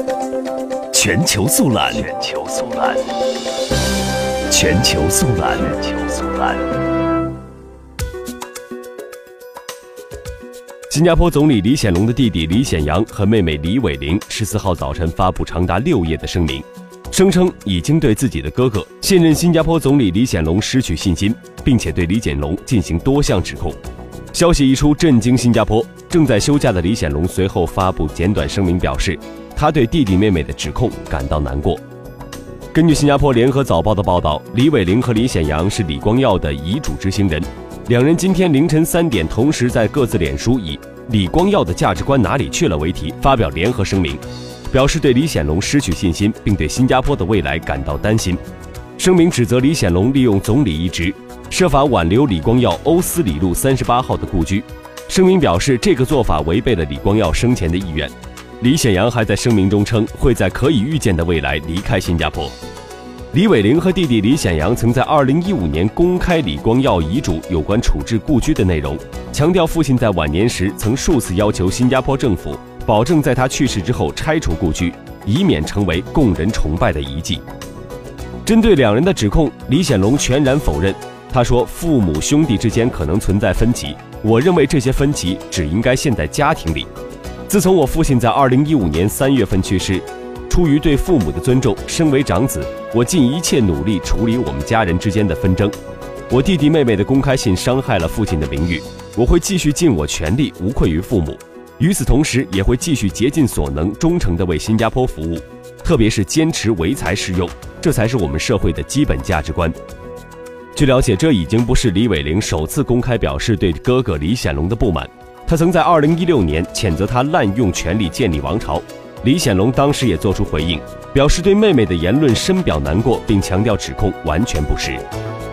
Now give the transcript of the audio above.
全球速览，全球速览。新加坡总理李显龙的弟弟李显扬和妹妹李伟玲14号早晨发布长达6页的声明，声称已经对自己的哥哥现任新加坡总理李显龙失去信心，并且对李显龙进行多项指控。消息一出，震惊新加坡。正在休假的李显龙随后发布简短声明，表示他对弟弟妹妹的指控感到难过。根据新加坡联合早报的报道，李伟玲和李显扬是李光耀的遗嘱执行人，两人今天凌晨3点同时在各自脸书以李光耀的价值观哪里去了为题发表联合声明，表示对李显龙失去信心，并对新加坡的未来感到担心。声明指责李显龙利用总理一职，设法挽留李光耀欧斯里路38号的故居。声明表示，这个做法违背了李光耀生前的意愿。李显扬还在声明中称，会在可以预见的未来离开新加坡。李伟玲和弟弟李显扬曾在2015年公开李光耀遗嘱有关处置故居的内容，强调父亲在晚年时曾数次要求新加坡政府保证在他去世之后拆除故居，以免成为供人崇拜的遗迹。针对两人的指控，李显龙全然否认。他说，父母兄弟之间可能存在分歧，我认为这些分歧只应该陷在家庭里。自从我父亲在2015年3月份去世，出于对父母的尊重，身为长子，我尽一切努力处理我们家人之间的纷争。我弟弟妹妹的公开信伤害了父亲的名誉，我会继续尽我全力，无愧于父母。与此同时，也会继续竭尽所能，忠诚地为新加坡服务，特别是坚持唯才是用，这才是我们社会的基本价值观。据了解，这已经不是李伟玲首次公开表示对哥哥李显龙的不满。他曾在2016年谴责他滥用权力建立王朝，李显龙当时也做出回应，表示对妹妹的言论深表难过，并强调指控完全不实。